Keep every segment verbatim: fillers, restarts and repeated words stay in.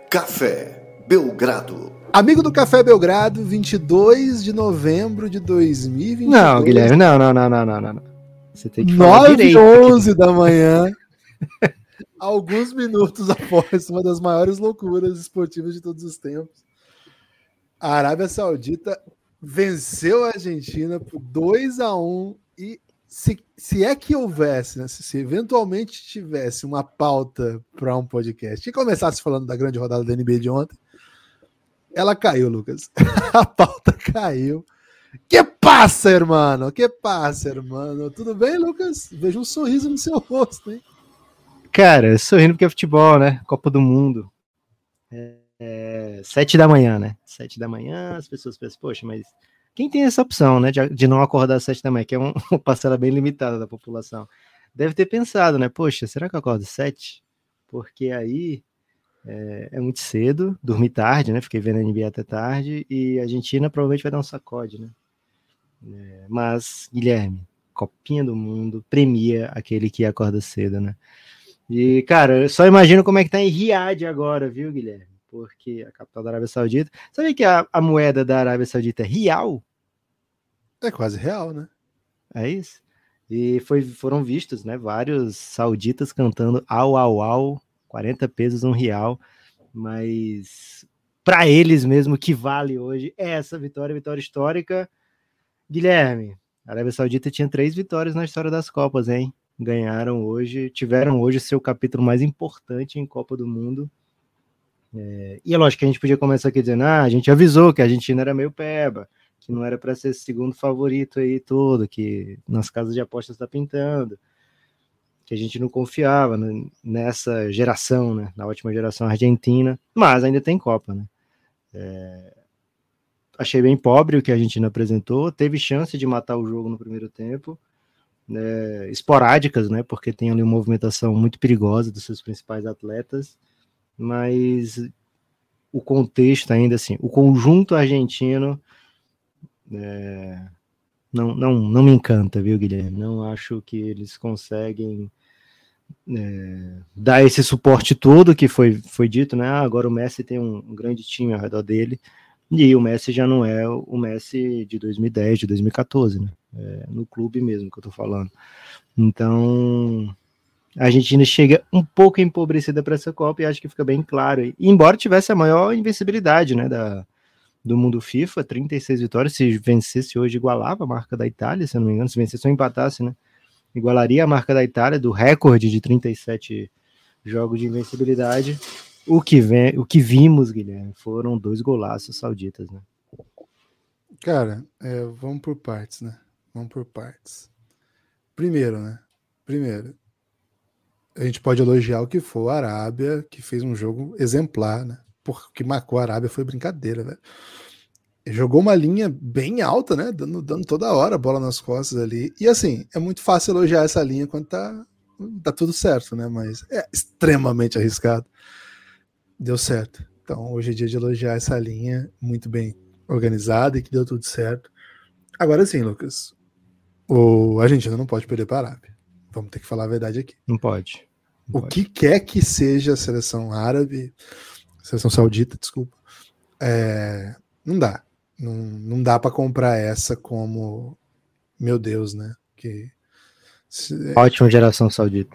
Café Belgrado. Amigo do Café Belgrado, vinte e dois de novembro de dois mil e vinte e dois. Não, Guilherme, não, não, não, não, não, não. Você tem que falar nove direito. nove e onze da manhã, alguns minutos após uma das maiores loucuras esportivas de todos os tempos. A Arábia Saudita venceu a Argentina por dois a um e se, se é que houvesse, né, se, se eventualmente tivesse uma pauta para um podcast e começasse falando da grande rodada da N B A de ontem, ela caiu, Lucas. A pauta caiu. Que passa, irmão? Que passa, irmão? Tudo bem, Lucas? Vejo um sorriso no seu rosto, hein? Cara, sorrindo porque é futebol, né? Copa do Mundo. É, é, sete da manhã, né? Sete da manhã, as pessoas pensam, poxa, mas quem tem essa opção, né? De, de não acordar às sete da manhã, que é um, uma parcela bem limitada da população. Deve ter pensado, né? Poxa, será que eu acordo às sete? Porque aí é, é muito cedo, dormi tarde, né? Fiquei vendo a N B A até tarde e a Argentina provavelmente vai dar um sacode, né? É, mas, Guilherme, Copinha do Mundo premia aquele que acorda cedo, né? E, cara, eu só imagino como é que tá em Riad agora, viu, Guilherme? Porque a capital da Arábia Saudita... Sabe que a, a moeda da Arábia Saudita é real? É quase real, né? É isso? E foi, foram vistos, né, vários sauditas cantando au, au, au, quarenta pesos um real, mas para eles mesmo que vale hoje é essa vitória, vitória histórica. Guilherme, a Arábia Saudita tinha três vitórias na história das Copas, hein? Ganharam hoje, tiveram hoje seu capítulo mais importante em Copa do Mundo. É, e é lógico que a gente podia começar aqui dizendo, ah, a gente avisou que a Argentina era meio peba, que não era para ser segundo favorito aí todo, que nas casas de apostas está pintando, que a gente não confiava né, nessa geração, né, na última geração argentina, mas ainda tem Copa, né? É, achei bem pobre o que a Argentina apresentou, teve chance de matar o jogo no primeiro tempo, né, esporádicas, né, porque tem ali uma movimentação muito perigosa dos seus principais atletas, mas o contexto ainda assim, o conjunto argentino é, não, não, não me encanta, viu, Guilherme? Não acho que eles conseguem é, dar esse suporte todo que foi, foi dito, né? Ah, agora o Messi tem um, um grande time ao redor dele, e o Messi já não é o Messi de dois mil e dez, de dois mil e catorze, né? É, no clube mesmo que eu tô falando. Então, a Argentina chega um pouco empobrecida para essa Copa e acho que fica bem claro. E, embora tivesse a maior invencibilidade, né, da, do mundo FIFA, trinta e seis vitórias, se vencesse hoje igualava a marca da Itália, se eu não me engano, se vencesse ou empatasse, né, igualaria a marca da Itália, do recorde de trinta e sete jogos de invencibilidade. O que, vem, o que vimos, Guilherme, foram dois golaços sauditas, né? Cara, é, vamos por partes, né? Vamos por partes. Primeiro, né? Primeiro, a gente pode elogiar o que for a Arábia, que fez um jogo exemplar, né? Porque marcou a Arábia foi brincadeira, velho. Jogou uma linha bem alta, né? Dando, dando toda hora a bola nas costas ali. E assim, é muito fácil elogiar essa linha quando tá, tá tudo certo, né? Mas é extremamente arriscado. Deu certo. Então, hoje é dia de elogiar essa linha muito bem organizada e que deu tudo certo. Agora sim, Lucas. O Argentina não pode perder para a Arábia. Vamos ter que falar a verdade aqui. Não pode. Não o pode. que quer que seja a seleção árabe, seleção saudita, desculpa, é, não dá. Não, não dá para comprar essa como, meu Deus, né? Que, se, Ótima geração saudita.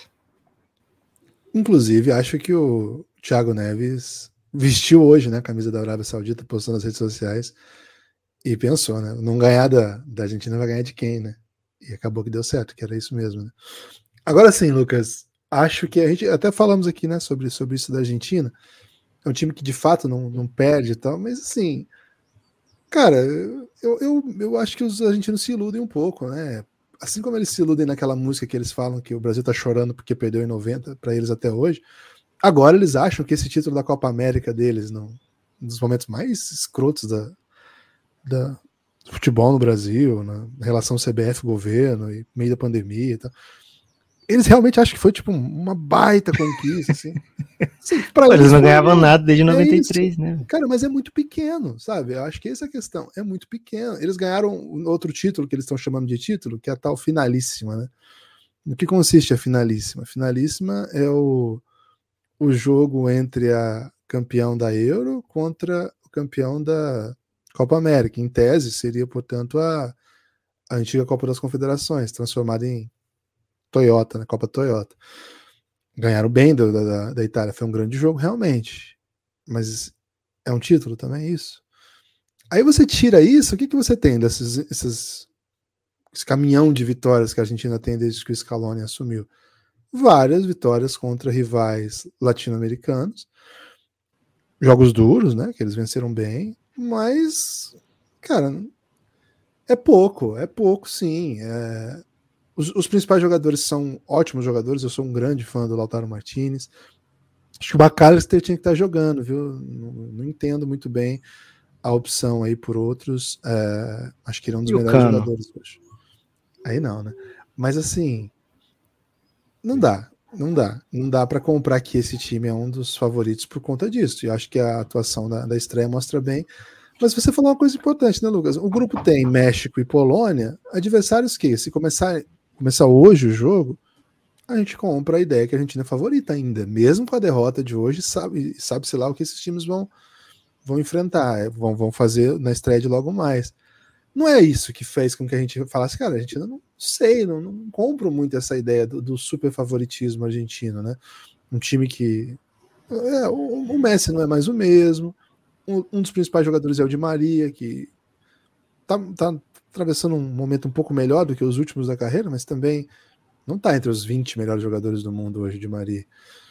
Inclusive, acho que o Thiago Neves vestiu hoje, né, a camisa da Arábia Saudita, postou nas redes sociais e pensou, né? Não ganhar da, da Argentina, vai ganhar de quem, né? E acabou que deu certo, que era isso mesmo, né? Agora sim, Lucas, acho que a gente até falamos aqui, né, sobre, sobre isso da Argentina. É um time que de fato não, não perde e tal, mas assim, cara, eu, eu, eu acho que os argentinos se iludem um pouco, né? Assim como eles se iludem naquela música que eles falam que o Brasil tá chorando porque perdeu em noventa para eles até hoje, agora eles acham que esse título da Copa América deles, não, um dos momentos mais escrotos da, da do futebol no Brasil, na relação C B F-governo e meio da pandemia e tal, eles realmente acham que foi tipo uma baita conquista, assim. assim Pô, eles, eles não ganhavam nada desde noventa e três, é né? Cara, mas é muito pequeno, sabe? Eu acho que essa é a questão. É muito pequeno. Eles ganharam outro título que eles estão chamando de título, que é a tal finalíssima, né? No que consiste a finalíssima? A finalíssima é o, o jogo entre a campeão da Euro contra o campeão da Copa América. Em tese, seria, portanto, a, a antiga Copa das Confederações, transformada em Toyota, né? Copa Toyota. Ganharam bem da, da, da Itália, foi um grande jogo, realmente. Mas é um título também, isso? Aí você tira isso, o que, que você tem desses esses, esse caminhão de vitórias que a Argentina tem desde que o Scaloni assumiu? Várias vitórias contra rivais latino-americanos, jogos duros, né, que eles venceram bem, mas, cara, é pouco, é pouco sim. É... Os, os principais jogadores são ótimos jogadores, eu sou um grande fã do Lautaro Martinez. Acho que o McAllister tinha que estar jogando, viu? Não, não entendo muito bem a opção aí por outros. É, acho que ele é um dos e melhores Cano? jogadores hoje. Aí não, né? Mas assim, não dá, não dá. Não dá para comprar que esse time é um dos favoritos por conta disso. E acho que a atuação da, da estreia mostra bem. Mas você falou uma coisa importante, né, Lucas? O grupo tem México e Polônia, adversários que, se começar, começar hoje o jogo, a gente compra a ideia que a Argentina é favorita ainda. Mesmo com a derrota de hoje, sabe, sabe-se lá o que esses times vão, vão enfrentar, vão, vão fazer na estreia de logo mais. Não é isso que fez com que a gente falasse, cara, a gente não sei, não, não compro muito essa ideia do, do super favoritismo argentino, né? Um time que é, o, o Messi não é mais o mesmo, um, um dos principais jogadores é o Di Maria, que tá, tá atravessando um momento um pouco melhor do que os últimos da carreira, mas também não tá entre os vinte melhores jogadores do mundo hoje, Di Maria.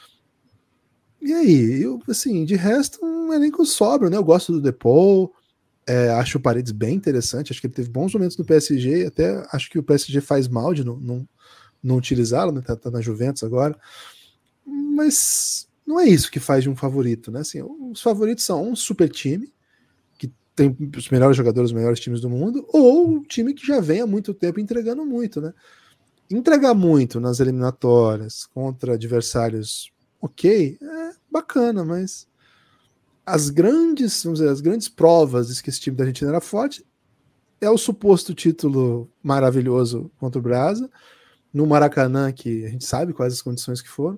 E aí, eu, assim, de resto, um elenco sobra, né? Eu gosto do Depou, é, acho o Paredes bem interessante, acho que ele teve bons momentos no P S G, até acho que o P S G faz mal de não, não, não utilizá-lo, né? Tá, tá na Juventus agora, mas não é isso que faz de um favorito, né? Assim, os favoritos são um super time, que tem os melhores jogadores, os melhores times do mundo, ou um time que já vem há muito tempo entregando muito, né? Entregar muito nas eliminatórias contra adversários ok, é bacana, mas as grandes, vamos dizer, as grandes provas de que esse time da Argentina era forte é o suposto título maravilhoso contra o Brasa, no Maracanã, que a gente sabe quais as condições que foram,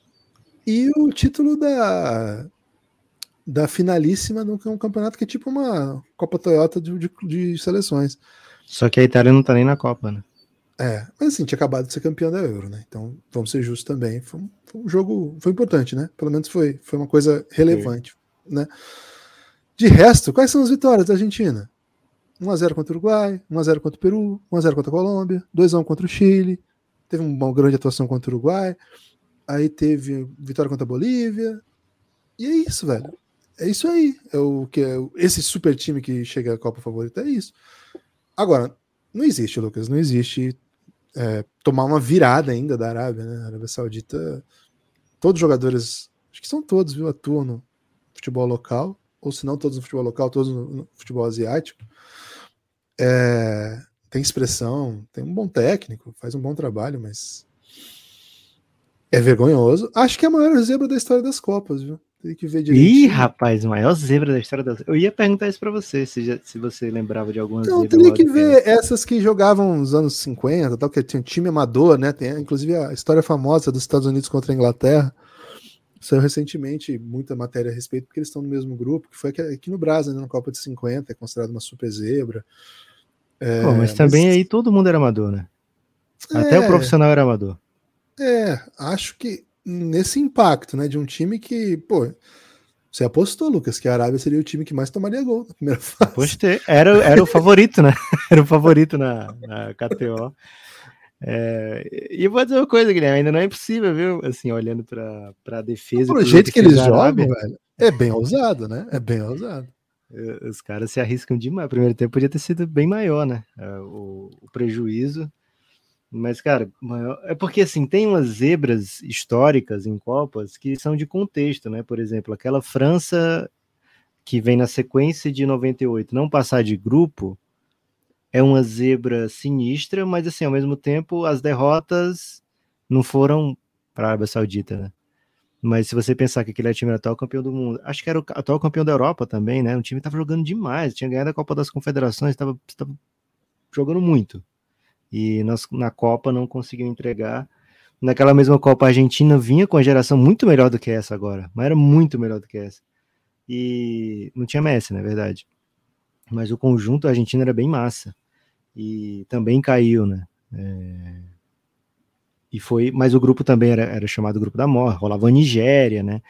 e o título da, da finalíssima num campeonato que é tipo uma Copa Toyota de, de, de seleções. Só que a Itália não tá nem na Copa, né? É, mas assim, tinha acabado de ser campeão da Euro, né? Então, vamos ser justos também. Foi um, foi um jogo, foi importante, né? Pelo menos foi, foi uma coisa relevante, Sim. né? De resto, quais são as vitórias da Argentina? um a zero contra o Uruguai, um a zero contra o Peru, um a zero contra a Colômbia, dois a um contra o Chile, teve uma grande atuação contra o Uruguai, aí teve vitória contra a Bolívia, e é isso, velho. É isso aí. É o que é, esse super time que chega à Copa Favorita, é isso. Agora, não existe, Lucas, não existe é, tomar uma virada ainda da Arábia, né? A Arábia Saudita, todos os jogadores, acho que são todos, viu, atuam no futebol local, ou se não todos no futebol local, todos no, no futebol asiático. É, tem expressão, tem um bom técnico, faz um bom trabalho, mas é vergonhoso. Acho que é a maior zebra da história das Copas, viu? Tem que ver direitinho. Ih, rapaz, maior zebra da história das... Eu ia perguntar isso pra você, se, já, se você lembrava de alguma Então, zebra. teria que ver essas que jogavam nos anos cinquenta, tal, que tinha um time amador, né? Tem inclusive a história famosa dos Estados Unidos contra a Inglaterra. Saiu recentemente muita matéria a respeito, porque eles estão no mesmo grupo, que foi aqui, aqui no Brasil, né, na Copa de cinquenta, é considerado uma super zebra. É, Pô, mas também mas... aí todo mundo era amador, né? Até é, o profissional era amador. É, acho que nesse impacto, né, de um time que, pô, você apostou, Lucas, que a Arábia seria o time que mais tomaria gol na primeira fase. Apostei, era, era o favorito, né? Era o favorito na, na K T O. É, e eu vou dizer uma coisa, Guilherme, ainda não é impossível, viu? Assim, olhando para a defesa. O jeito que eles jogam, velho, é bem ousado, né? É bem ousado. Os caras se arriscam demais. O primeiro tempo podia ter sido bem maior, né? O, o prejuízo. Mas, cara, maior... é porque, assim, tem umas zebras históricas em Copas que são de contexto, né? Por exemplo, aquela França que vem na sequência de noventa e oito não passar de grupo é uma zebra sinistra, mas, assim, ao mesmo tempo, as derrotas não foram para a Arábia Saudita, né? Mas se você pensar que aquele time era atual campeão do mundo, acho que era o atual campeão da Europa também, né? O time estava jogando demais, tinha ganhado a Copa das Confederações, estava jogando muito. E nós, na Copa não conseguiu entregar. naquela mesma Copa, a Argentina vinha com a geração muito melhor do que essa agora, mas era muito melhor do que essa. E não tinha Messi, na verdade. Mas o conjunto da Argentina era bem massa. E também caiu, né? É... E foi, mas o grupo também era, era chamado Grupo da Morte, rolava a Nigéria, né?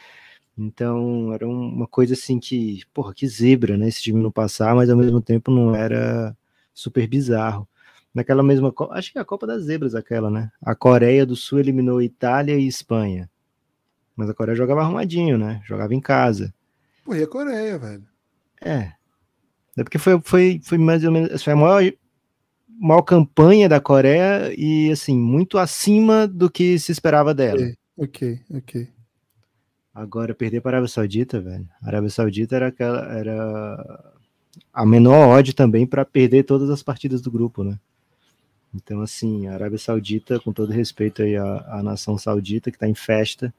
Então era uma coisa assim que, porra, que zebra, né? Esse time não passar, mas ao mesmo tempo não era super bizarro. Naquela mesma Copa, acho que é a Copa das Zebras aquela, né? A Coreia do Sul eliminou Itália e Espanha. Mas a Coreia jogava arrumadinho, né? Jogava em casa. Pô, e a Coreia, velho? É. É porque foi, foi, foi mais ou menos, foi a maior, maior campanha da Coreia e, assim, muito acima do que se esperava dela. Ok, ok, ok. Agora, perder para a Arábia Saudita, velho. A Arábia Saudita era aquela, era a menor odd também para perder todas as partidas do grupo, né? Então, assim, a Arábia Saudita, com todo respeito aí à, à nação saudita, que está em festa.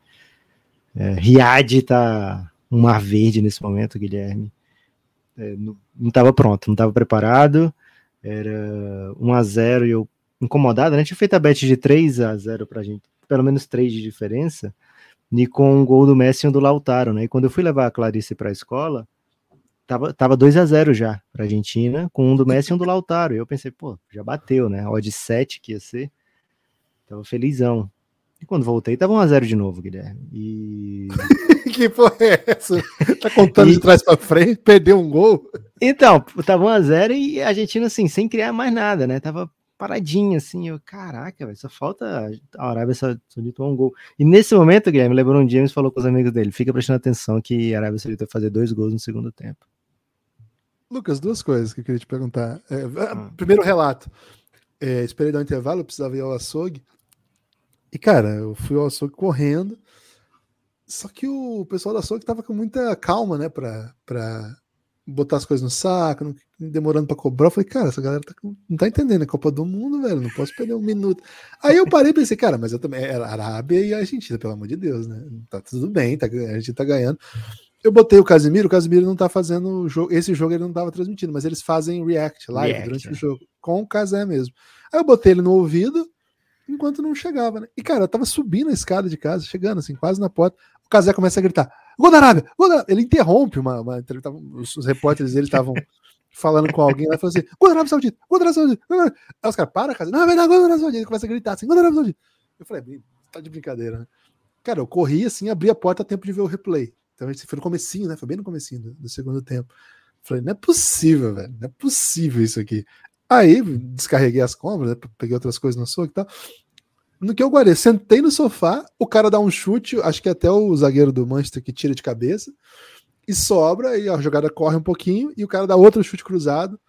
É, Riad está um mar verde nesse momento, Guilherme. É, não estava pronto, não estava preparado. Era um a zero e eu incomodado, né? Tinha feito a bet de três a zero pra gente, pelo menos três de diferença, e com um gol do Messi e um do Lautaro, né? E quando eu fui levar a Clarice para a escola, tava, tava dois a zero já pra Argentina, com um do Messi e um do Lautaro. E eu pensei, pô, já bateu, né? A odd sete que ia ser. Tava felizão. E quando voltei, tava um a zero de novo, Guilherme. E... que porra é essa? Tá contando e... de trás pra frente, perdeu um gol? Então, tava um a zero e a Argentina, assim, sem criar mais nada, né? Tava paradinha, assim. Eu, caraca, velho, só falta a Arábia Saudita tomar um gol. E nesse momento, Guilherme, LeBron James falou com os amigos dele, fica prestando atenção que a Arábia Saudita vai fazer dois gols no segundo tempo. Lucas, duas coisas que eu queria te perguntar. É, ah. Primeiro relato. É, esperei dar um intervalo, eu precisava ir ao açougue. E, cara, eu fui ao açougue correndo. Só que o pessoal da açougue tava com muita calma, né, pra, pra botar as coisas no saco, não, demorando pra cobrar. Eu falei, cara, essa galera tá, não tá entendendo, é Copa do Mundo, velho, não posso perder um minuto. Aí eu parei e pensei, cara, mas eu também, era Arábia e Argentina, pelo amor de Deus, né, tá tudo bem, tá, a gente tá ganhando. Eu botei o Casimiro, o Casimiro não tá fazendo o jogo, esse jogo ele não tava transmitindo, mas eles fazem react live react, durante é. o jogo, com o Casé mesmo. Aí eu botei ele no ouvido, enquanto não chegava, né, e cara, eu tava subindo a escada de casa, chegando assim, quase na porta. O Casé começa a gritar, gol da Arábia, gol da Arábia. Ele interrompe uma, uma os, os repórteres eles estavam falando com alguém lá e falou assim, gol da Arábia Saudita, gol da Arábia Saudita. Aí os caras, para, Casé, não, vai dar gol da Arábia Saudita. Ele começa a gritar assim, gol da Arábia Saudita. Eu falei, tá de brincadeira, né? Cara, eu corri assim, abri a porta a tempo de ver o replay. Então a gente foi no comecinho, né? Foi bem no comecinho do, do segundo tempo. Eu falei, não é possível, velho, não é possível isso aqui. Aí descarreguei as compras, né? Peguei outras coisas no açougue e tal. No que eu guardei, sentei no sofá, o cara dá um chute, acho que até o zagueiro do Manchester que tira de cabeça, e sobra, e a jogada corre um pouquinho, e o cara dá outro chute cruzado.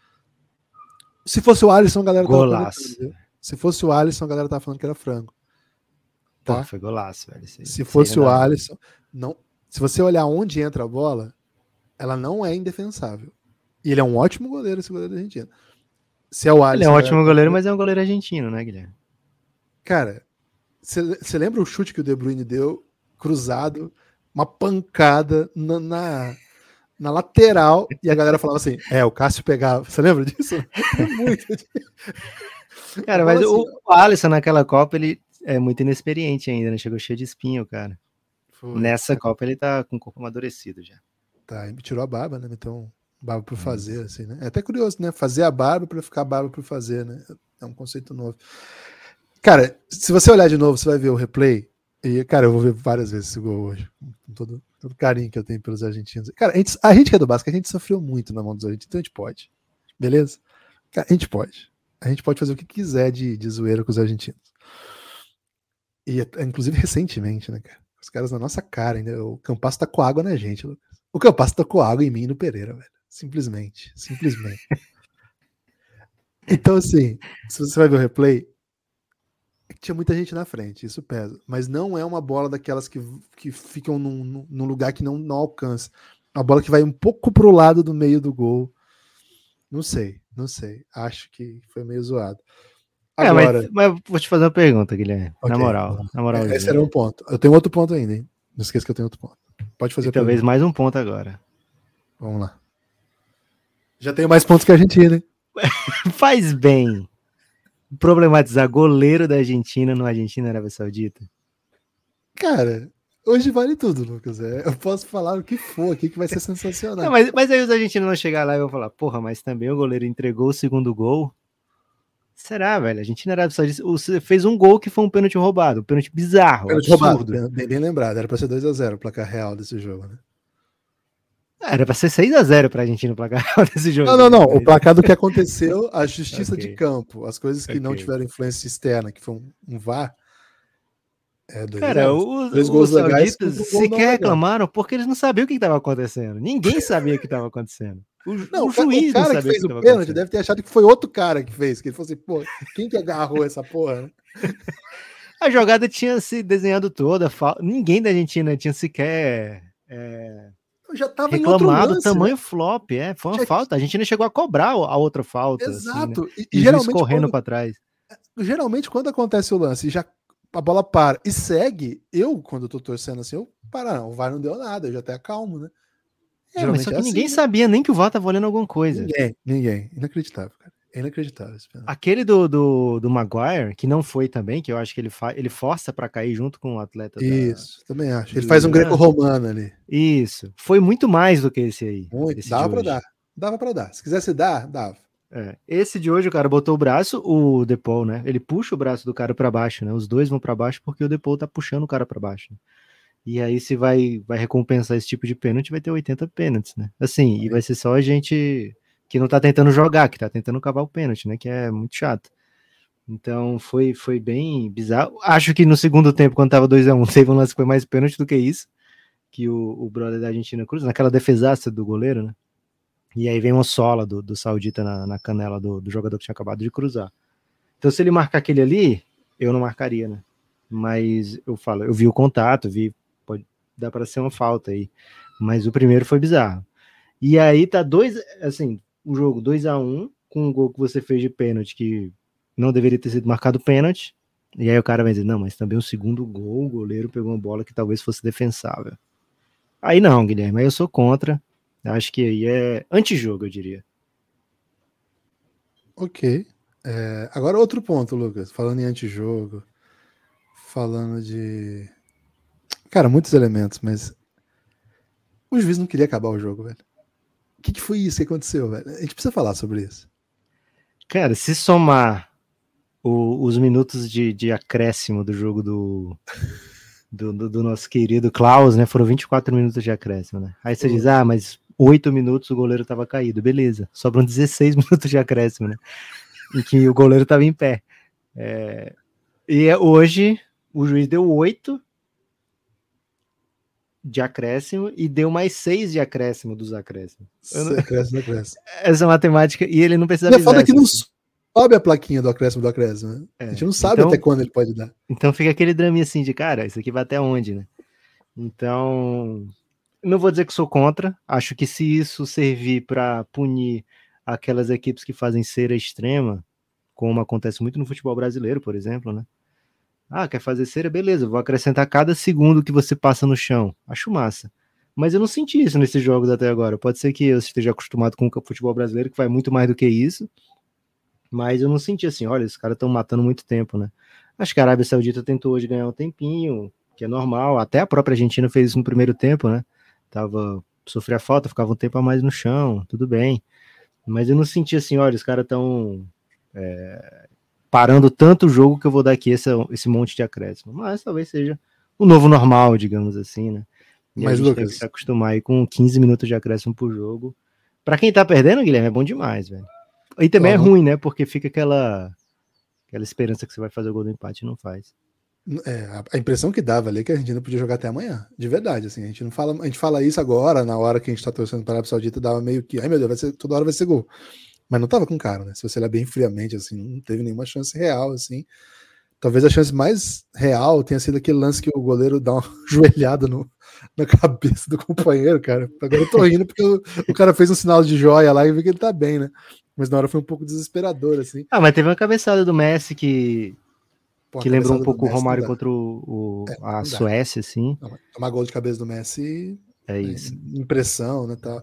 Se fosse o Alisson, a galera tava golaço. Falando, Se fosse o Alisson, a galera tava falando que era frango. Tá? Pô, foi golaço, velho. Sei, se fosse o Alisson, não. Se você olhar onde entra a bola, ela não é indefensável. E ele é um ótimo goleiro, esse goleiro da Argentina. Se é o Alisson, ele é um ótimo goleiro, mas é um goleiro argentino, né, Guilherme? Cara, você lembra o chute que o De Bruyne deu, cruzado, uma pancada na, na, na lateral, e a galera falava assim, é, o Cássio pegava. Você lembra disso? É muito. Cara, mas assim, o Alisson naquela Copa, ele é muito inexperiente ainda, né? Chegou cheio de espinho, cara. Foi. Nessa Copa ele tá com o corpo amadurecido já. Tá, e tirou a barba, né? Então, barba por fazer, assim, né? É até curioso, né? Fazer a barba pra ficar barba por fazer, né? É um conceito novo. Cara, se você olhar de novo, você vai ver o replay. E, cara, eu vou ver várias vezes esse gol hoje. Com todo, todo carinho que eu tenho pelos argentinos. Cara, a gente, a gente que é do Basco, a gente sofreu muito na mão dos argentinos, então a gente pode. Beleza? Cara, a gente pode. A gente pode fazer o que quiser de, de zoeira com os argentinos. E, inclusive, recentemente, né, cara? Os caras na nossa cara ainda. O Campasso tá com água na gente, Lucas. O Campasso tá com água em mim e no Pereira, velho. Simplesmente. Simplesmente. Então, assim, se você vai ver o replay, tinha muita gente na frente, isso pesa. Mas não é uma bola daquelas que, que ficam num, num lugar que não, não alcança. Uma bola que vai um pouco pro lado do meio do gol. Não sei, não sei. Acho que foi meio zoado. Agora, é, mas, mas vou te fazer uma pergunta, Guilherme. Okay, na moral. Na moral esse era um ponto. Eu tenho outro ponto ainda, hein? Não esqueça que eu tenho outro ponto. Pode fazer. E talvez mais um ponto agora. Vamos lá. Já tenho mais pontos que a Argentina, hein? Faz bem. problematizar goleiro da Argentina no Argentina e Arábia Saudita? Cara, hoje vale tudo, Lucas. É, eu posso falar o que for aqui que vai ser sensacional. Não, mas, mas aí os argentinos vão chegar lá e vão falar, porra, mas também o goleiro entregou o segundo gol. Será, velho? A Argentina e Arábia Saudita fez um gol que foi um pênalti roubado, um pênalti bizarro, pênalti absurdo. Roubado, bem, bem lembrado, era pra ser dois a zero o placar real desse jogo, né? Era pra ser seis a zero pra Argentina o placar real desse jogo. Não, não, não. O placar do que aconteceu, a justiça okay. de campo, as coisas que okay. não tiveram influência externa, que foi um, um V A R. É, dois Cara, os, os, os sauditas sequer reclamaram porque eles não sabiam o que estava acontecendo. Ninguém sabia o que estava acontecendo. O, não, o juiz o cara não que fez o pênalti deve ter achado que foi outro cara que fez, que ele falou assim, pô, quem que agarrou essa porra, né? A jogada tinha se desenhado toda, ninguém da Argentina tinha sequer é, já tava reclamado lance, tamanho né? flop, é, foi uma já... falta. A Argentina chegou a cobrar a outra falta. Exato. Assim, né? E, e, e geralmente correndo quando... para trás. Geralmente quando acontece o lance e já a bola para e segue, eu, quando eu tô torcendo assim, eu para, não, o V A R não deu nada, eu já até acalmo, né? É, mas só que é ninguém assim, sabia né? nem que o V A R tava olhando alguma coisa. Ninguém, ninguém. Inacreditável, cara. É inacreditável. Aquele do, do, do Maguire, que não foi também, que eu acho que ele, fa ele força pra cair junto com o atleta. Isso, da... também acho. Ele faz um greco-romano ali. Isso. Foi muito mais do que esse aí. Muito. Esse dava pra dar. Dava pra dar. Se quisesse dar, dava. É. Esse de hoje, o cara botou o braço, o Depol, né? Ele puxa o braço do cara pra baixo, né? Os dois vão pra baixo porque o Depol tá puxando o cara pra baixo. Né? E aí, se vai, vai recompensar esse tipo de pênalti, vai ter oitenta pênaltis, né? Assim, é. E vai ser só a gente que não tá tentando jogar, que tá tentando cavar o pênalti, né? Que é muito chato. Então, foi, foi bem bizarro. Acho que no segundo tempo, quando tava dois a um, teve um lance que foi mais pênalti do que isso, que o, o brother da Argentina cruza, naquela defesaça do goleiro, né? E aí vem uma sola do, do saudita na, na canela do, do jogador que tinha acabado de cruzar. Então, se ele marcar aquele ali, eu não marcaria, né? Mas eu falo, eu vi o contato, vi, pode dar para ser uma falta aí. Mas o primeiro foi bizarro. E aí tá dois, assim, o jogo dois a um, com um gol que você fez de pênalti, que não deveria ter sido marcado pênalti. E aí o cara vai dizer, não, mas também o segundo gol, o goleiro pegou uma bola que talvez fosse defensável. Aí não, Guilherme, aí eu sou contra. Acho que aí é antijogo, eu diria. Ok. É, agora outro ponto, Lucas. Falando em antijogo, falando de... Cara, muitos elementos, mas o juiz não queria acabar o jogo, velho. O que, que foi isso que aconteceu, velho? A gente precisa falar sobre isso. Cara, se somar o, os minutos de, de acréscimo do jogo do... Do, do, do nosso querido Klaus, né? Foram vinte e quatro minutos de acréscimo, né? Aí você uhum. diz, ah, mas oito minutos o goleiro tava caído. Beleza, sobram dezesseis minutos de acréscimo, né? Em que o goleiro tava em pé. É... E hoje o juiz deu oito de acréscimo e deu mais seis de acréscimo dos acréscimos. Não... Acréscimo, acréscimo. Essa matemática, e ele não precisava avisar. Foda que não sobe a plaquinha do acréscimo do acréscimo, né? É, a gente não sabe então, até quando ele pode dar. Então fica aquele draminha assim de, cara, isso aqui vai até onde, né? Então, não vou dizer que sou contra, acho que se isso servir para punir aquelas equipes que fazem cera extrema, como acontece muito no futebol brasileiro, por exemplo, né? Ah, quer fazer cera? Beleza, vou acrescentar cada segundo que você passa no chão. Acho massa. Mas eu não senti isso nesses jogos até agora. Pode ser que eu esteja acostumado com o futebol brasileiro, que vai muito mais do que isso, mas eu não senti assim, olha, esses caras estão matando muito tempo, né? Acho que a Arábia Saudita tentou hoje ganhar um tempinho, que é normal, até a própria Argentina fez isso no primeiro tempo, né? Tava, sofria falta, ficava um tempo a mais no chão, tudo bem. Mas eu não senti assim, olha, os caras estão é, parando tanto o jogo que eu vou dar aqui esse, esse monte de acréscimo. Mas talvez seja o novo normal, digamos assim, né? E mas, a gente Lucas, tem que se acostumar aí com quinze minutos de acréscimo por jogo. Pra quem tá perdendo, Guilherme, é bom demais, velho. E também claro. É ruim, né? Porque fica aquela, aquela esperança que você vai fazer o gol do empate e não faz. É, a impressão que dava ali é que a Argentina podia jogar até amanhã, de verdade, assim, a gente não fala, a gente fala isso agora, na hora que a gente tá torcendo para a Arábia Saudita, dava meio que, ai meu Deus, vai ser, toda hora vai ser gol, mas não tava com cara, né, se você olhar bem friamente, assim, não teve nenhuma chance real, assim, talvez a chance mais real tenha sido aquele lance que o goleiro dá uma joelhada no, na cabeça do companheiro, cara, agora eu tô rindo porque o, o cara fez um sinal de joia lá e viu que ele tá bem, né, mas na hora foi um pouco desesperador, assim. Ah, mas teve uma cabeçada do Messi que Pô, que lembrou um pouco o Romário contra o, o, é, a Suécia, assim. Não, tomar gol de cabeça do Messi é isso. Impressão, né? Tal.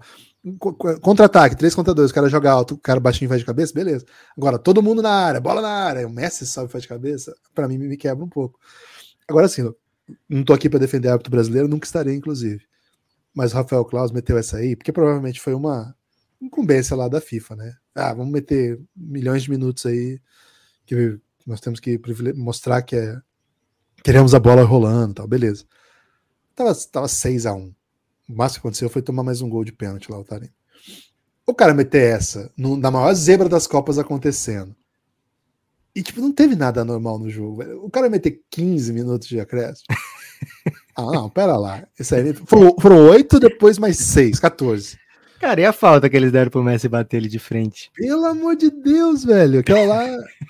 contra-ataque, três contra dois, o cara joga alto, o cara baixinho faz de cabeça, beleza. Agora, todo mundo na área, bola na área, o Messi sobe e faz de cabeça, pra mim me quebra um pouco. Agora, assim, não tô aqui pra defender o árbitro brasileiro, nunca estarei, inclusive. Mas o Rafael Claus meteu essa aí, porque provavelmente foi uma incumbência lá da FIFA, né? Ah, vamos meter milhões de minutos aí, que nós temos que mostrar que é, queremos a bola rolando e tal, beleza. Tava, tava seis a um. O máximo que aconteceu foi tomar mais um gol de pênalti lá, o Taremi. O cara meter essa, no, na maior zebra das Copas acontecendo. E, tipo, não teve nada anormal no jogo. Velho. O cara meter quinze minutos de acréscimo. Ah, não, pera lá. Isso aí, foram, foram oito, depois mais seis, quatorze. Cara, e a falta que eles deram pro Messi bater ele de frente? Pelo amor de Deus, velho. Aquela lá...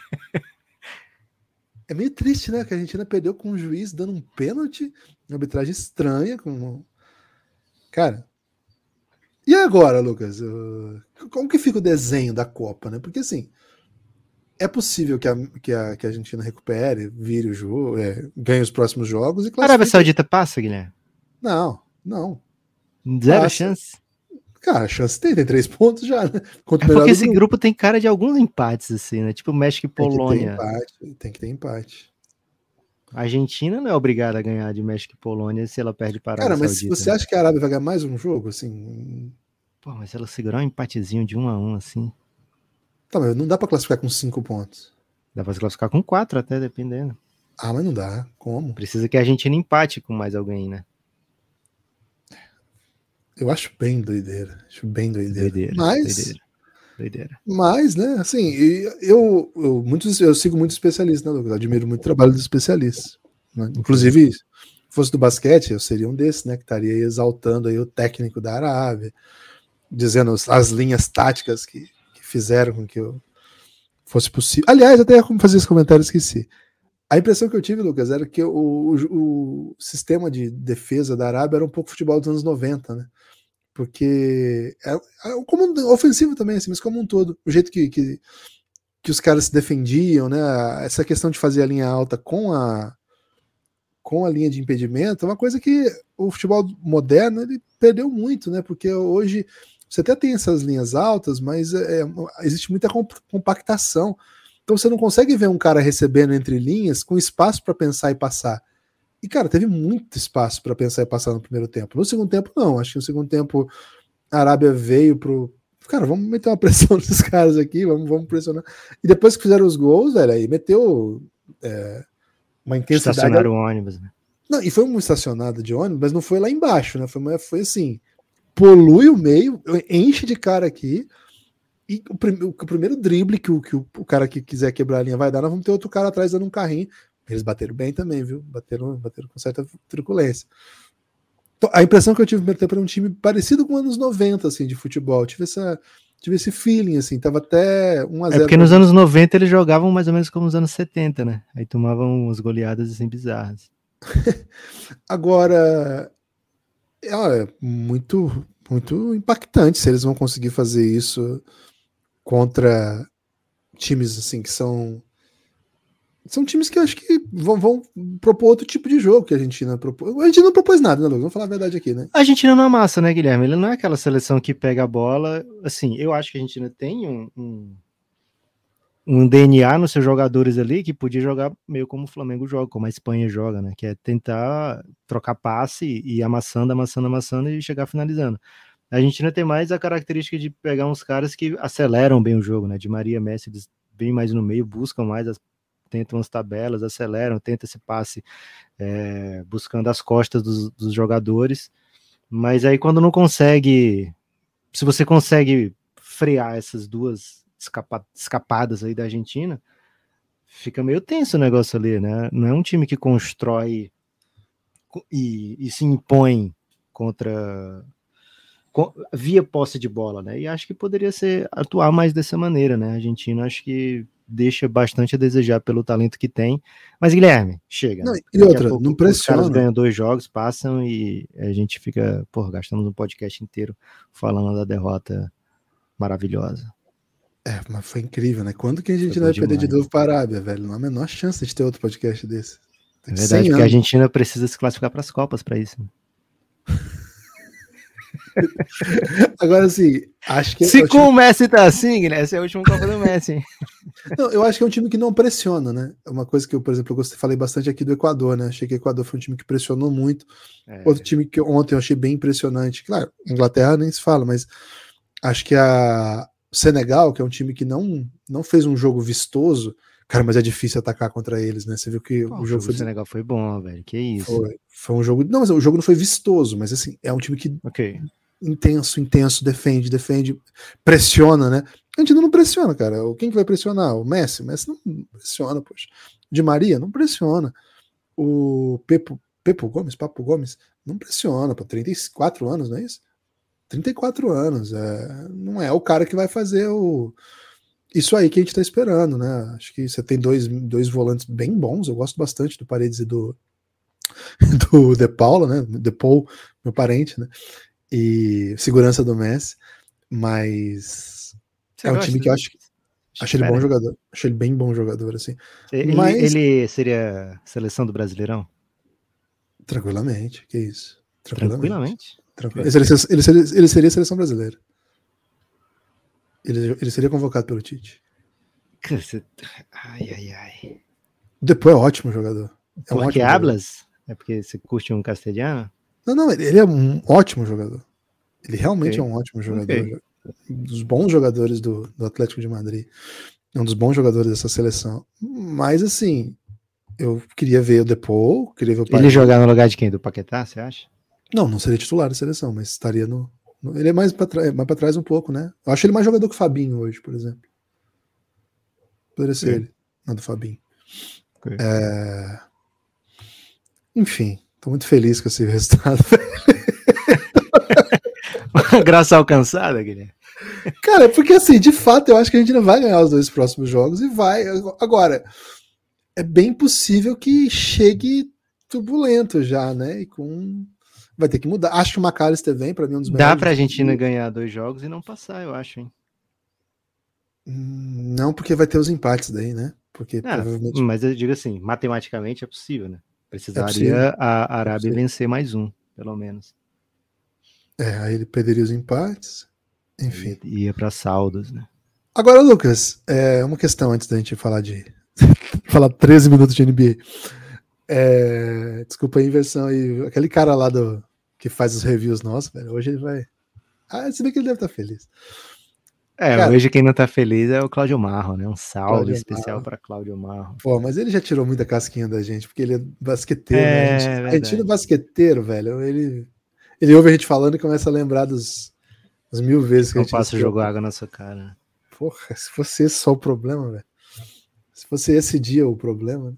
É meio triste, né? Que a Argentina perdeu com o juiz dando um pênalti, uma arbitragem estranha. Com... Cara... E agora, Lucas? Uh, como que fica o desenho da Copa, né? Porque, assim, é possível que a, que a, que a Argentina recupere, vire o jogo, é, ganhe os próximos jogos e classifique. A Arábia Saudita passa, Guilherme? Não, não. Zero passa. Chance? Cara, a chance tem, tem três pontos já, né? Quanto é porque esse grupo. grupo tem cara de alguns empates, assim, né? Tipo México e Polônia. Tem que ter empate, tem que ter empate. A Argentina não é obrigada a ganhar de México e Polônia se ela perde para a Arábia Cara, mas Saudita, você né? acha que a Arábia vai ganhar mais um jogo, assim? Pô, mas se ela segurar um empatezinho de um a um, assim... Tá, mas não dá pra classificar com cinco pontos. Dá pra se classificar com quatro até, dependendo. Ah, mas não dá. Como? Precisa que a Argentina empate com mais alguém, né? Eu acho bem doideira. Acho bem doideira. Doideira, mas... doideira. Doideira. Mas, né, assim, eu, eu, muitos, eu sigo muitos especialistas, né, Lucas? Eu admiro muito o trabalho dos especialistas. Né? Inclusive, se fosse do basquete, eu seria um desses, né, que estaria exaltando aí o técnico da Arábia, dizendo as linhas táticas que, que fizeram com que eu fosse possível. Aliás, até como fazer esse comentário, esqueci. A impressão que eu tive, Lucas, era que o, o, o sistema de defesa da Arábia era um pouco futebol dos anos noventa, né? Porque é, é como um, ofensivo também, assim, mas como um todo. O jeito que, que, que os caras se defendiam, né? Essa questão de fazer a linha alta com a, com a linha de impedimento é uma coisa que o futebol moderno ele perdeu muito, né? Porque hoje você até tem essas linhas altas, mas é, existe muita compactação. Então você não consegue ver um cara recebendo entre linhas com espaço para pensar e passar. E, cara, teve muito espaço para pensar e passar no primeiro tempo. No segundo tempo, não. Acho que no segundo tempo a Arábia veio pro... Cara, vamos meter uma pressão nesses caras aqui, vamos, vamos pressionar. E depois que fizeram os gols, velho, aí meteu é, uma intensidade... Estacionaram o ônibus, né? Não, e foi uma estacionada de ônibus, mas não foi lá embaixo, né? Foi, foi assim, polui o meio, enche de cara aqui, e o, prim, o, o primeiro drible que, o, que o, o cara que quiser quebrar a linha vai dar, nós vamos ter outro cara atrás dando um carrinho. Eles bateram bem também, viu? Bateram, bateram com certa truculência. Então, a impressão que eu tive no primeiro tempo era um time parecido com os anos noventa, assim, de futebol. Tive, essa, tive esse feeling, assim, tava até um a zero. É porque nos anos noventa eles jogavam mais ou menos como nos anos setenta, né? Aí tomavam umas goleadas, assim, bizarras. Agora, é muito, muito impactante se eles vão conseguir fazer isso contra times, assim, que são... São times que eu acho que vão, vão propor outro tipo de jogo que a Argentina propôs. A Argentina não propôs nada, né, Lucas? Vamos falar a verdade aqui, né? A Argentina não amassa, né, Guilherme? Ele não é aquela seleção que pega a bola. Assim, eu acho que a Argentina tem um, um, um D N A nos seus jogadores ali que podia jogar meio como o Flamengo joga, como a Espanha joga, né? Que é tentar trocar passe e ir amassando, amassando, amassando e chegar finalizando. A Argentina tem mais a característica de pegar uns caras que aceleram bem o jogo, né? De Maria, Messi, eles bem mais no meio, buscam mais as tentam as tabelas, aceleram, tenta esse passe é, buscando as costas dos, dos jogadores, mas aí quando não consegue, se você consegue frear essas duas escapa, escapadas aí da Argentina, fica meio tenso o negócio ali, né? Não é um time que constrói e, e se impõe contra via posse de bola, né? E acho que poderia ser atuar mais dessa maneira, né? A Argentina acho que deixa bastante a desejar pelo talento que tem. Mas, Guilherme, chega. Não, né? E outra, pouco, não pressiona. Os caras ganham dois jogos, passam e a gente fica, pô, gastamos um podcast inteiro falando da derrota maravilhosa. É, mas foi incrível, né? Quando que a gente vai perder de novo para a Arábia, velho? Não há a menor chance de ter outro podcast desse. É verdade, porque anos. A Argentina precisa se classificar para as Copas para isso. Né? Agora, assim, acho que... Se é com time... o Messi tá assim, Guilherme, essa é a última Copa do Messi, hein? Não, eu acho que é um time que não pressiona, né? É uma coisa que eu, por exemplo, eu gostei, falei bastante aqui do Equador, né? Achei que o Equador foi um time que pressionou muito. É. Outro time que ontem eu achei bem impressionante. Claro, Inglaterra nem se fala, mas acho que a Senegal, que é um time que não, não fez um jogo vistoso, cara, mas é difícil atacar contra eles, né? Você viu que Pô, o jogo foi... O Senegal foi bom, velho. Que isso? Foi, foi um jogo... Não, mas o jogo não foi vistoso, mas assim, é um time que... Ok. Intenso, intenso, defende, defende, pressiona, né? A gente não pressiona, cara. Quem que vai pressionar? O Messi? O Messi não pressiona, poxa. Di Maria não pressiona. O Pepo, Pepo Gomes, Papo Gomes, não pressiona, pô, trinta e quatro anos, não é isso? trinta e quatro anos. É, não é o cara que vai fazer o isso aí que a gente tá esperando, né? Acho que você tem dois, dois volantes bem bons. Eu gosto bastante do Paredes e do, do De Paula, né? De Paul, meu parente, né? E segurança do Messi, mas Você é um time que eu acho que acho ele bom jogador, acho ele bem bom jogador, assim. Ele, mas ele seria seleção do Brasileirão? Tranquilamente, que isso? Tranquilamente. Tranquilamente? Tranquilamente. Ele, seria, ele, seria, ele seria seleção brasileira. Ele, ele seria convocado pelo Tite. Ai, ai, ai. Depois é ótimo jogador. É um porque ótimo hablas? Jogador. É porque você curte um castelhano? Não, não, ele é um ótimo jogador. Ele realmente okay. é um ótimo jogador. Okay. Um dos bons jogadores do, do Atlético de Madrid. É um dos bons jogadores dessa seleção. Mas, assim, eu queria ver o Depou, queria ver o Ele jogar no lugar de quem? Do Paquetá, você acha? Não, não seria titular da seleção, mas estaria no... no ele é mais pra, mais pra trás um pouco, né? Eu acho ele mais jogador que o Fabinho hoje, por exemplo. Poderia ser okay. ele, não do Fabinho. Okay. É... Enfim, tô muito feliz com esse resultado. Graça alcançada, Guilherme. Cara, é porque assim, de fato, eu acho que a gente não vai ganhar os dois próximos jogos e vai. Agora, é bem possível que chegue turbulento já, né? E com. Vai ter que mudar. Acho que o McAllister vem, pra mim, um dos melhores. Dá pra Argentina ganhar dois jogos e não passar, eu acho, hein? Não, porque vai ter os empates daí, né? Porque não, provavelmente. Mas eu digo assim, matematicamente é possível, né? Precisaria é a Arábia é vencer mais um, pelo menos. É, aí ele perderia os empates. Enfim. Ia, ia para saldos, né? Agora, Lucas, é uma questão antes da gente falar de. falar treze minutos de N B A. É, desculpa a inversão aí. Aquele cara lá do, que faz os reviews nossos, velho, hoje ele vai. Ah, se bem que ele deve estar feliz. É, cara, hoje quem não tá feliz é o Cláudio Marro, né? Um salve Cláudio especial Marro. para Cláudio Marro. Pô, mas ele já tirou muita casquinha da gente, porque ele é basqueteiro, é, né? A gente, a gente é basqueteiro, velho. Ele, ele ouve a gente falando e começa a lembrar dos, dos mil vezes que eu a gente faço jogo água na sua cara. Porra, se fosse esse só o problema, velho. Se fosse esse dia o problema.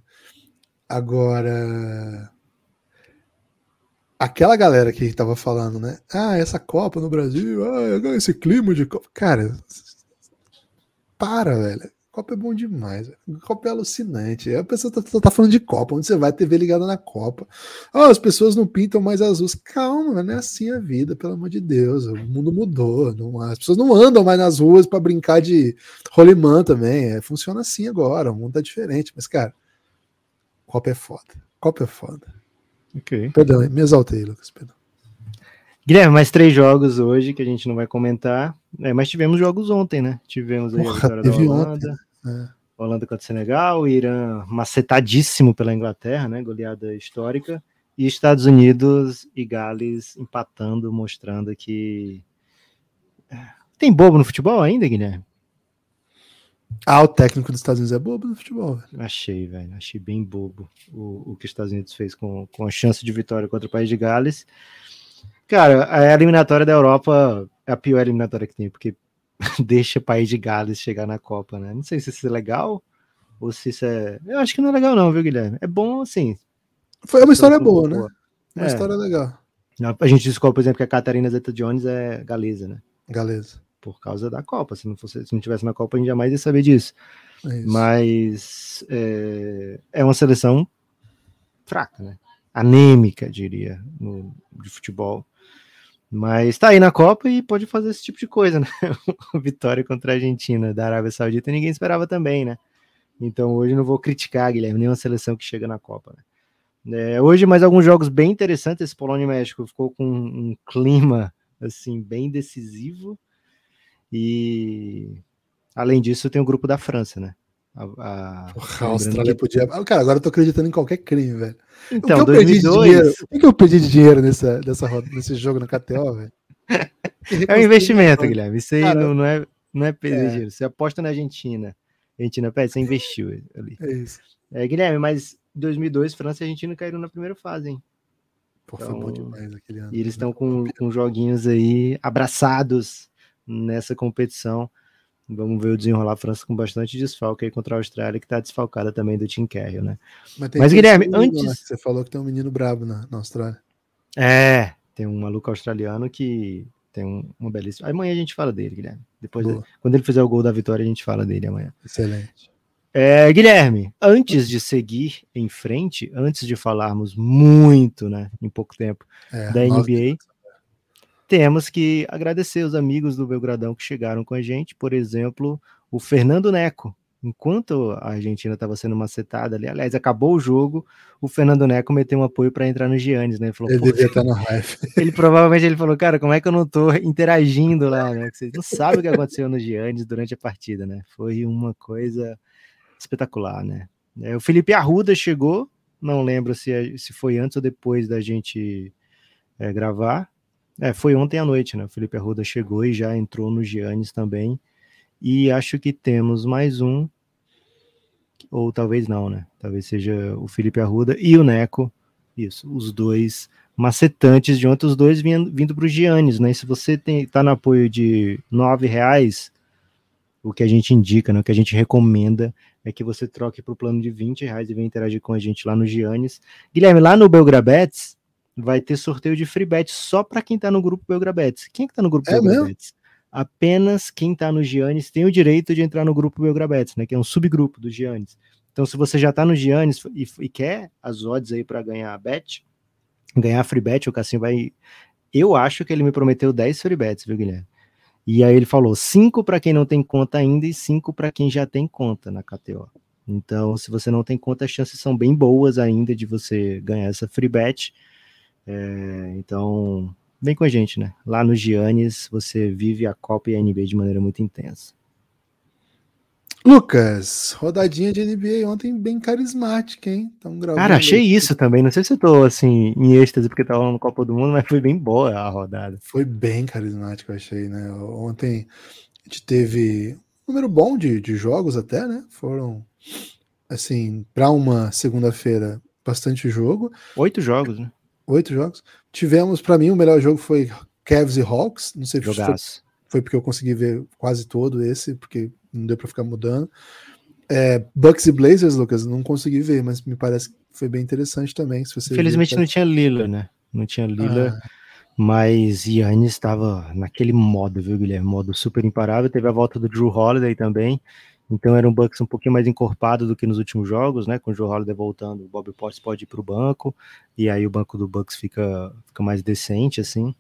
Agora, aquela galera que tava falando, né? Ah, essa Copa no Brasil, ah, esse clima de Copa. Cara, para, velho. Copa é bom demais. Copa é alucinante. A pessoa tá, tá falando de Copa, onde você vai T V ligada na Copa. Ah, as pessoas não pintam mais azuis. Calma, não é assim a vida, pelo amor de Deus. O mundo mudou. Não, as pessoas não andam mais nas ruas para brincar de rolimã também. É, funciona assim agora. O mundo tá diferente. Mas, cara, Copa é foda. Copa é foda. Ok. Perdão, me exaltei, Lucas. Perdão. Guilherme, mais três jogos hoje que a gente não vai comentar. É, mas tivemos jogos ontem, né? Tivemos aí Porra, a vitória da Holanda. Ontem, é. Holanda contra o Senegal, o Irã macetadíssimo pela Inglaterra, né? Goleada histórica. E Estados Unidos e Gales empatando, mostrando que... Tem bobo no futebol ainda, Guilherme? Ah, o técnico dos Estados Unidos é bobo no futebol. Velho. Achei, velho. Achei bem bobo o, o que os Estados Unidos fez com, com a chance de vitória contra o país de Gales. Cara, a eliminatória da Europa é a pior eliminatória que tem, porque deixa o país de Gales chegar na Copa, né? Não sei se isso é legal ou se isso é... Eu acho que não é legal não, viu, Guilherme? É bom, assim... Foi uma história boa, né? Boa. Uma é. história legal. A gente descobre, por exemplo, que a Catarina Zeta-Jones é galesa, né? Galesa. Por causa da Copa. Se não, fosse, se não tivesse na Copa, a gente jamais ia saber disso. É Mas é, é uma seleção fraca, né? Anêmica, diria, no, de futebol. Mas tá aí na Copa e pode fazer esse tipo de coisa, né? Vitória contra a Argentina da Arábia Saudita, ninguém esperava também, né? Então hoje não vou criticar, Guilherme, nenhuma seleção que chega na Copa, né? É, hoje mais alguns jogos bem interessantes. Esse Polônia e México ficou com um clima assim, bem decisivo. E além disso, tem o grupo da França, né? A, a... Porra, a Austrália que... podia. Cara, agora eu tô acreditando em qualquer crime, velho. Então, o que eu dois mil e dois... perdi de dinheiro? O que eu perdi de dinheiro nessa, nessa roda, nesse jogo no K T O, velho? É um investimento, Guilherme. Isso aí cara, não, não é, não é perder é. dinheiro. Você aposta na Argentina. A Argentina, pede, você investiu ali. É isso. É, Guilherme, mas em dois mil e dois, França e Argentina caíram na primeira fase, hein? Pô, então, foi bom demais aquele ano. E eles estão com, com joguinhos aí abraçados nessa competição. Vamos ver o desenrolar a França com bastante desfalque aí contra a Austrália, que está desfalcada também do Tim Cahill, né? Mas, Mas Guilherme, antes... Né? Você falou que tem um menino brabo na, na Austrália. É, tem um maluco australiano que tem um, uma belíssima... Amanhã a gente fala dele, Guilherme. Depois, de... quando ele fizer o gol da vitória, a gente fala dele amanhã. Excelente. É, Guilherme, antes de seguir em frente, antes de falarmos muito, né, em pouco tempo, é, da N B A, temos que agradecer os amigos do Belgradão que chegaram com a gente, por exemplo, o Fernando Neco. Enquanto a Argentina estava sendo macetada ali, aliás, acabou o jogo, o Fernando Neco meteu um apoio para entrar no Giannis, né? Ele, falou, ele devia estar no hype. Ele provavelmente ele falou, cara, como é que eu não tô interagindo lá, né? Vocês não sabem o que aconteceu no Giannis durante a partida, né? Foi uma coisa espetacular, né? É, o Felipe Arruda chegou, não lembro se, se foi antes ou depois da gente é, gravar. É, foi ontem à noite, né? O Felipe Arruda chegou e já entrou no Giannis também. E acho que temos mais um, ou talvez não, né? Talvez seja o Felipe Arruda e o Neco. Isso, os dois macetantes de ontem, os dois vindo, vindo para o Giannis, né? E se você tem, tá no apoio de nove reais, o que a gente indica, né? O que a gente recomenda é que você troque para o plano de vinte reais e venha interagir com a gente lá no Giannis. Guilherme, lá no Belgrabets vai ter sorteio de free bet só para quem tá no grupo Belgrabets. Quem é que tá no grupo é Belgrabets? Mesmo? Apenas quem tá no Giannis tem o direito de entrar no grupo Belgrabets, né? Que é um subgrupo do Giannis. Então, se você já tá no Giannis e, e quer as odds aí para ganhar a bet, ganhar a free bet, o Cassinho vai... Eu acho que ele me prometeu dez free bets, viu, Guilherme? E aí ele falou cinco para quem não tem conta ainda e cinco para quem já tem conta na K T O. Então, se você não tem conta, as chances são bem boas ainda de você ganhar essa free bet. É, então, vem com a gente, né? Lá no Giannis, você vive a Copa e a N B A de maneira muito intensa. Lucas, rodadinha de N B A ontem bem carismática, hein? Cara, achei aqui. Isso também. Não sei se eu tô, assim, em êxtase porque tava rolando Copa do Mundo, mas foi bem boa a rodada. Foi bem carismática, eu achei, né? Ontem a gente teve um número bom de, de jogos até, né? Foram, assim, para uma segunda-feira, bastante jogo. Oito jogos, né? Oito jogos. Tivemos, para mim, o melhor jogo foi Cavs e Hawks. Não sei se foi, foi porque eu consegui ver quase todo esse, porque não deu para ficar mudando. É, Bucks e Blazers, Lucas, não consegui ver, mas me parece que foi bem interessante também. Se você Infelizmente viu, não tinha Lillard, né? Não tinha Lillard, ah. Mas Giannis estava naquele modo, viu, Guilherme? Modo super imparável. Teve a volta do Jrue Holiday também. Então era um Bucks um pouquinho mais encorpado do que nos últimos jogos, né? Com o Jrue Holiday voltando, o Bobby Portis pode ir para o banco, e aí o banco do Bucks fica, fica mais decente, assim.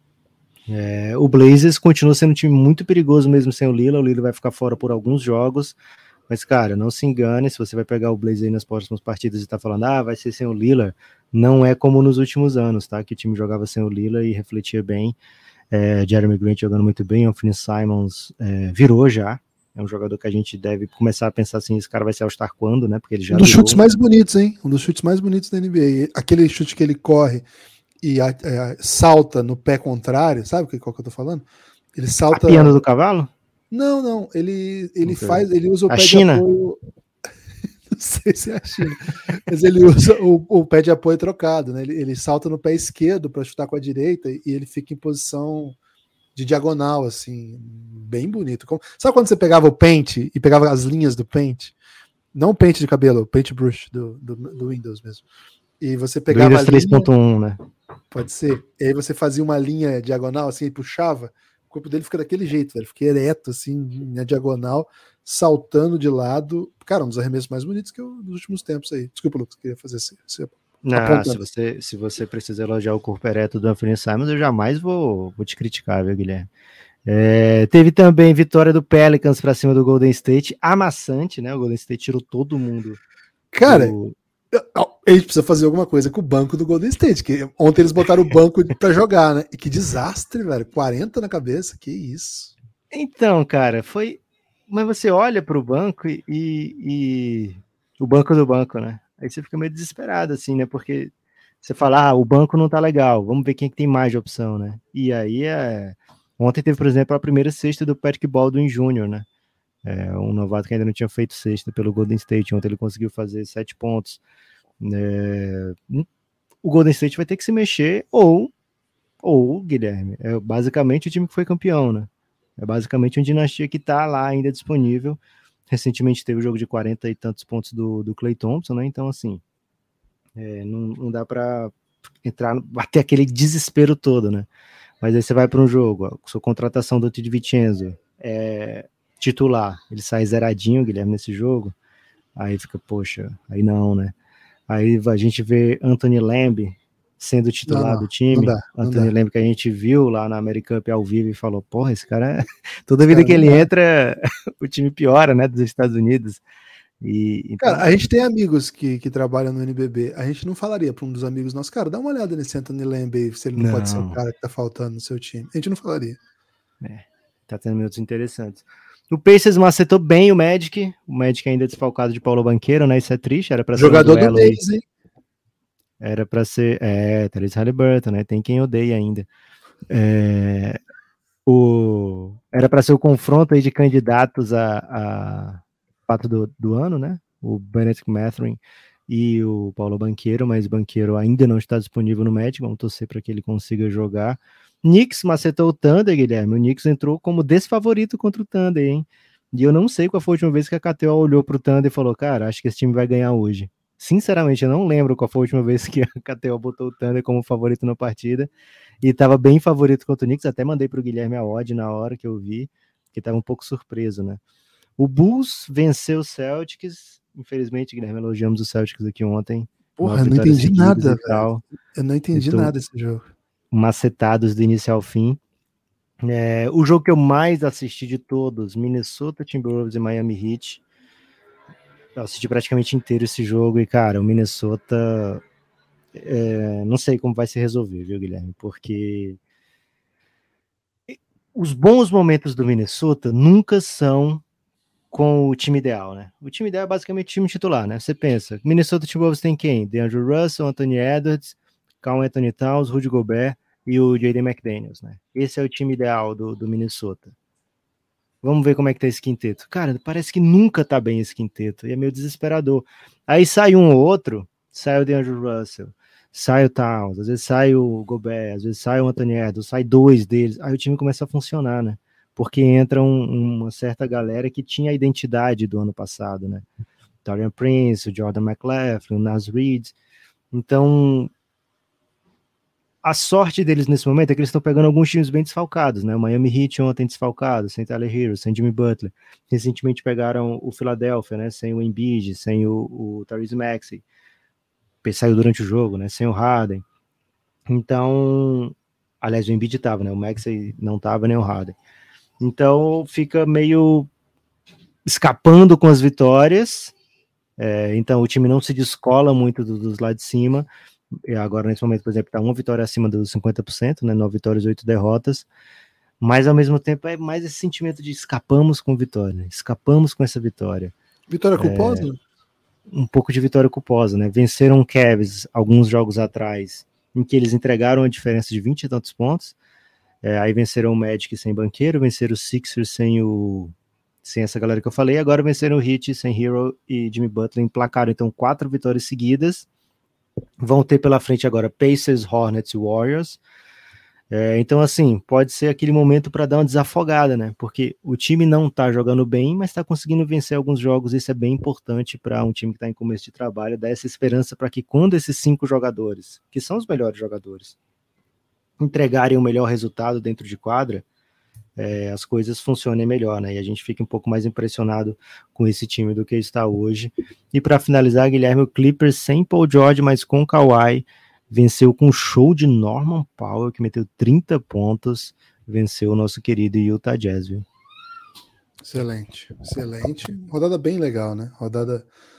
É, o Blazers continua sendo um time muito perigoso mesmo sem o Lillard. O Lillard vai ficar fora por alguns jogos, mas, cara, não se engane, se você vai pegar o Blazers aí nas próximas partidas e tá falando, ah, vai ser sem o Lillard, não é como nos últimos anos, tá? Que o time jogava sem o Lillard e refletia bem. É, Jeremy Grant jogando muito bem, Anthony Simons é, virou já. É um jogador que a gente deve começar a pensar assim, esse cara vai ser All-Star quando, né? Porque ele já um dos virou. chutes mais bonitos, hein? Um dos chutes mais bonitos da N B A. Aquele chute que ele corre e a, a, salta no pé contrário, sabe qual que eu tô falando? Ele salta... A piano do cavalo? Não, não. Ele, ele okay. faz, ele usa o a pé China? de apoio... Não sei se é a China. Mas ele usa o, o pé de apoio trocado, né? Ele, ele salta no pé esquerdo para chutar com a direita e ele fica em posição de diagonal, assim, bem bonito. Como, sabe quando você pegava o pente e pegava as linhas do pente? Não o pente de cabelo, o paintbrush do, do, do Windows mesmo. E você pegava Windows três ponto um, né? Pode ser. E aí você fazia uma linha diagonal, assim, e puxava. O corpo dele fica daquele jeito, velho. Fica ereto, assim, na diagonal, saltando de lado. Cara, um dos arremessos mais bonitos que eu nos últimos tempos aí. Desculpa, Lucas, queria fazer assim. Não, se você, se você precisa elogiar o corpo ereto do Anthony Simons, eu jamais vou, vou te criticar, viu, Guilherme? É, teve também vitória do Pelicans para cima do Golden State, amassante, né? O Golden State tirou todo mundo. Cara, do... A gente precisa fazer alguma coisa com o banco do Golden State, que ontem eles botaram o banco pra jogar, né? E que desastre, velho. quarenta na cabeça, que isso. Então, cara, foi... Mas você olha pro banco e, e... o banco do banco, né? Aí você fica meio desesperado, assim, né? Porque você fala, ah, o banco não tá legal, vamos ver quem é que tem mais de opção, né? E aí, é... ontem teve, por exemplo, a primeira cesta do Patrick Baldwin Júnior, né? É, um novato que ainda não tinha feito cesta pelo Golden State. Ontem ele conseguiu fazer sete pontos. É... O Golden State vai ter que se mexer, ou, ou Guilherme, é basicamente o time que foi campeão, né? É basicamente uma dinastia que tá lá ainda disponível. Recentemente teve o jogo de quarenta e tantos pontos do, do Klay Thompson, né? Então, assim, é, não, não dá para entrar, bater aquele desespero todo, né? Mas aí você vai para um jogo, a sua contratação do DiVincenzo é titular, ele sai zeradinho, Guilherme, nesse jogo, aí fica, poxa, aí não, né? Aí a gente vê Anthony Lamb sendo titular não, não, do time, não dá, não Anthony dá. Lamb que a gente viu lá na American Cup ao vivo e falou, porra, esse cara, toda vida que ele dá. entra, o time piora, né, dos Estados Unidos. E, então... Cara, a gente tem amigos que, que trabalham no N B B, a gente não falaria para um dos amigos nossos, cara, dá uma olhada nesse Anthony Lamb, se ele não, não pode ser o cara que tá faltando no seu time. A gente não falaria. É, tá tendo minutos interessantes. O Pacers macetou bem o Magic, o Magic ainda é desfalcado de Paulo Banqueiro, né, isso é triste, era pra ser jogador um duelo do mês, hein? Era pra ser, é, Therese Halliburton, né, tem quem odeia ainda. É, o, era pra ser o confronto aí de candidatos a, a fato do, do ano, né, o Bennett Mathurin e o Paulo Banqueiro, mas Banqueiro ainda não está disponível no Magic, vamos torcer para que ele consiga jogar. Knicks macetou o Thunder, Guilherme, o Knicks entrou como desfavorito contra o Thunder, hein, e eu não sei qual foi a última vez que a K T O olhou pro Thunder e falou, cara, acho que esse time vai ganhar hoje. Sinceramente, eu não lembro qual foi a última vez que a K T O botou o Thunder como favorito na partida, e estava bem favorito contra o Knicks, até mandei pro Guilherme a odd na hora que eu vi, que estava um pouco surpreso, né. O Bulls venceu o Celtics, infelizmente, Guilherme, elogiamos o Celtics aqui ontem. Porra, eu não entendi nada, velho. Eu não entendi então, nada desse jogo. Macetados do início ao fim. É, o jogo que eu mais assisti de todos, Minnesota Timberwolves e Miami Heat. Eu assisti praticamente inteiro esse jogo e, cara, o Minnesota... É, não sei como vai se resolver, viu, Guilherme? Porque os bons momentos do Minnesota nunca são com o time ideal, né? O time ideal é basicamente o time titular, né? Você pensa, Minnesota Timberwolves tem quem? DeAndre Russell, Anthony Edwards, Karl Anthony Towns, Rudy Gobert e o Jaden McDaniels, né? Esse é o time ideal do, do Minnesota. Vamos ver como é que tá esse quinteto. Cara, parece que nunca tá bem esse quinteto, e é meio desesperador. Aí sai um ou outro, sai o DeAndre Russell, sai o Towns, às vezes sai o Gobert, às vezes sai o Anthony Edwards, sai dois deles, aí o time começa a funcionar, né? Porque entra um, uma certa galera que tinha a identidade do ano passado, né? Taurean Prince, o Jordan McLaughlin, o Naz Reid. Então, a sorte deles nesse momento é que eles estão pegando alguns times bem desfalcados, né? O Miami Heat ontem desfalcado, sem Tyler Hero, sem Jimmy Butler. Recentemente pegaram o Philadelphia, né? Sem o Embiid, sem o, o Tyrese Maxey. Saiu durante o jogo, né? Sem o Harden. Então, aliás, o Embiid estava, né? O Maxey não estava, nem o Harden. Então fica meio escapando com as vitórias, é, então o time não se descola muito dos, dos lá de cima, e agora nesse momento, por exemplo, está uma vitória acima dos cinquenta por cento, né, nove vitórias, oito derrotas, mas ao mesmo tempo é mais esse sentimento de escapamos com vitória, escapamos com essa vitória. Vitória culposa? É, um pouco de vitória culposa, né, venceram o Cavs alguns jogos atrás, em que eles entregaram a diferença de vinte e tantos pontos. É, aí venceram o Magic sem Banqueiro, venceram o Sixers sem o sem essa galera que eu falei, agora venceram o Heat sem Hero e Jimmy Butler, emplacaram então quatro vitórias seguidas, vão ter pela frente agora Pacers, Hornets e Warriors, é, então assim, pode ser aquele momento para dar uma desafogada, né, porque o time não tá jogando bem, mas tá conseguindo vencer alguns jogos, isso é bem importante para um time que tá em começo de trabalho, dar essa esperança para que quando esses cinco jogadores, que são os melhores jogadores, entregarem o melhor resultado dentro de quadra, é, as coisas funcionem melhor, né? E a gente fica um pouco mais impressionado com esse time do que está hoje. E para finalizar, Guilherme, o Clippers sem Paul George, mas com Kawhi, venceu com um show de Norman Powell, que meteu trinta pontos, venceu o nosso querido Utah Jazz, viu? Excelente, excelente. Rodada bem legal, né? Rodada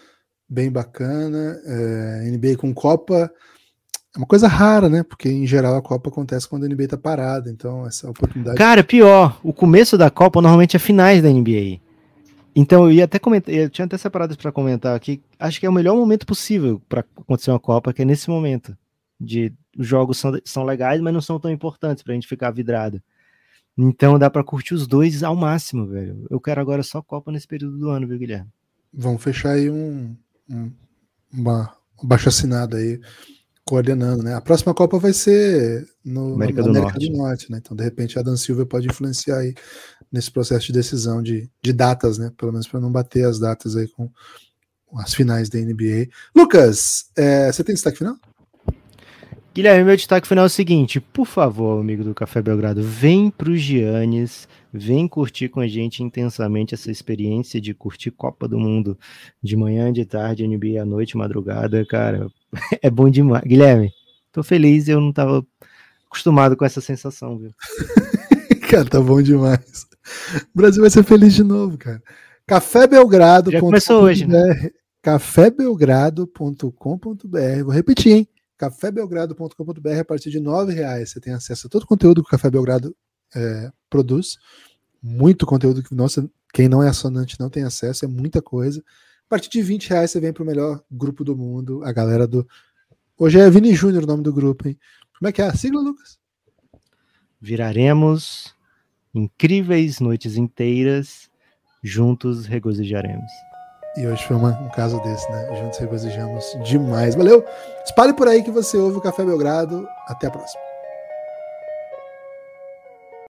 bem bacana. É, N B A com Copa é uma coisa rara, né? Porque em geral a Copa acontece quando a N B A tá parada, então essa oportunidade... Cara, pior, o começo da Copa normalmente é finais da N B A. Então eu ia até comentar, eu tinha até separado isso para comentar aqui, acho que é o melhor momento possível para acontecer uma Copa, que é nesse momento. De, os jogos são, são legais, mas não são tão importantes pra gente ficar vidrado. Então dá pra curtir os dois ao máximo, velho. Eu quero agora só Copa nesse período do ano, viu, Guilherme? Vamos fechar aí um, um uma, um baixo assinado aí, coordenando, né? A próxima Copa vai ser no, América, na do, América Norte. do Norte, né? Então, de repente, a Dan Silva pode influenciar aí nesse processo de decisão de, de datas, né? Pelo menos para não bater as datas aí com as finais da N B A. Lucas, é, você tem destaque final? Guilherme, meu destaque final é o seguinte, por favor, amigo do Café Belgrado, vem pro Giannis, vem curtir com a gente intensamente essa experiência de curtir Copa do Mundo de manhã, de tarde, N B A à noite, madrugada, cara, é bom demais. Guilherme, tô feliz, eu não tava acostumado com essa sensação, viu? Cara, tá bom demais. O Brasil vai ser feliz de novo, cara. Café Belgrado. Já começou hoje, né? café belgrado ponto com ponto b r. Vou repetir, hein? café belgrado ponto com ponto b r. A partir de nove reais você tem acesso a todo o conteúdo que o Café Belgrado é, produz. Muito conteúdo que, nossa, quem não é assinante não tem acesso, é muita coisa. A partir de vinte reais você vem pro melhor grupo do mundo, a galera do... Hoje é Vini Júnior o nome do grupo, hein? Como é que é a sigla, Lucas? Viraremos incríveis noites inteiras, juntos regozijaremos. E hoje foi uma, um caso desse, né? Juntos regozijamos demais. Valeu! Espalhe por aí que você ouve o Café Belgrado. Até a próxima.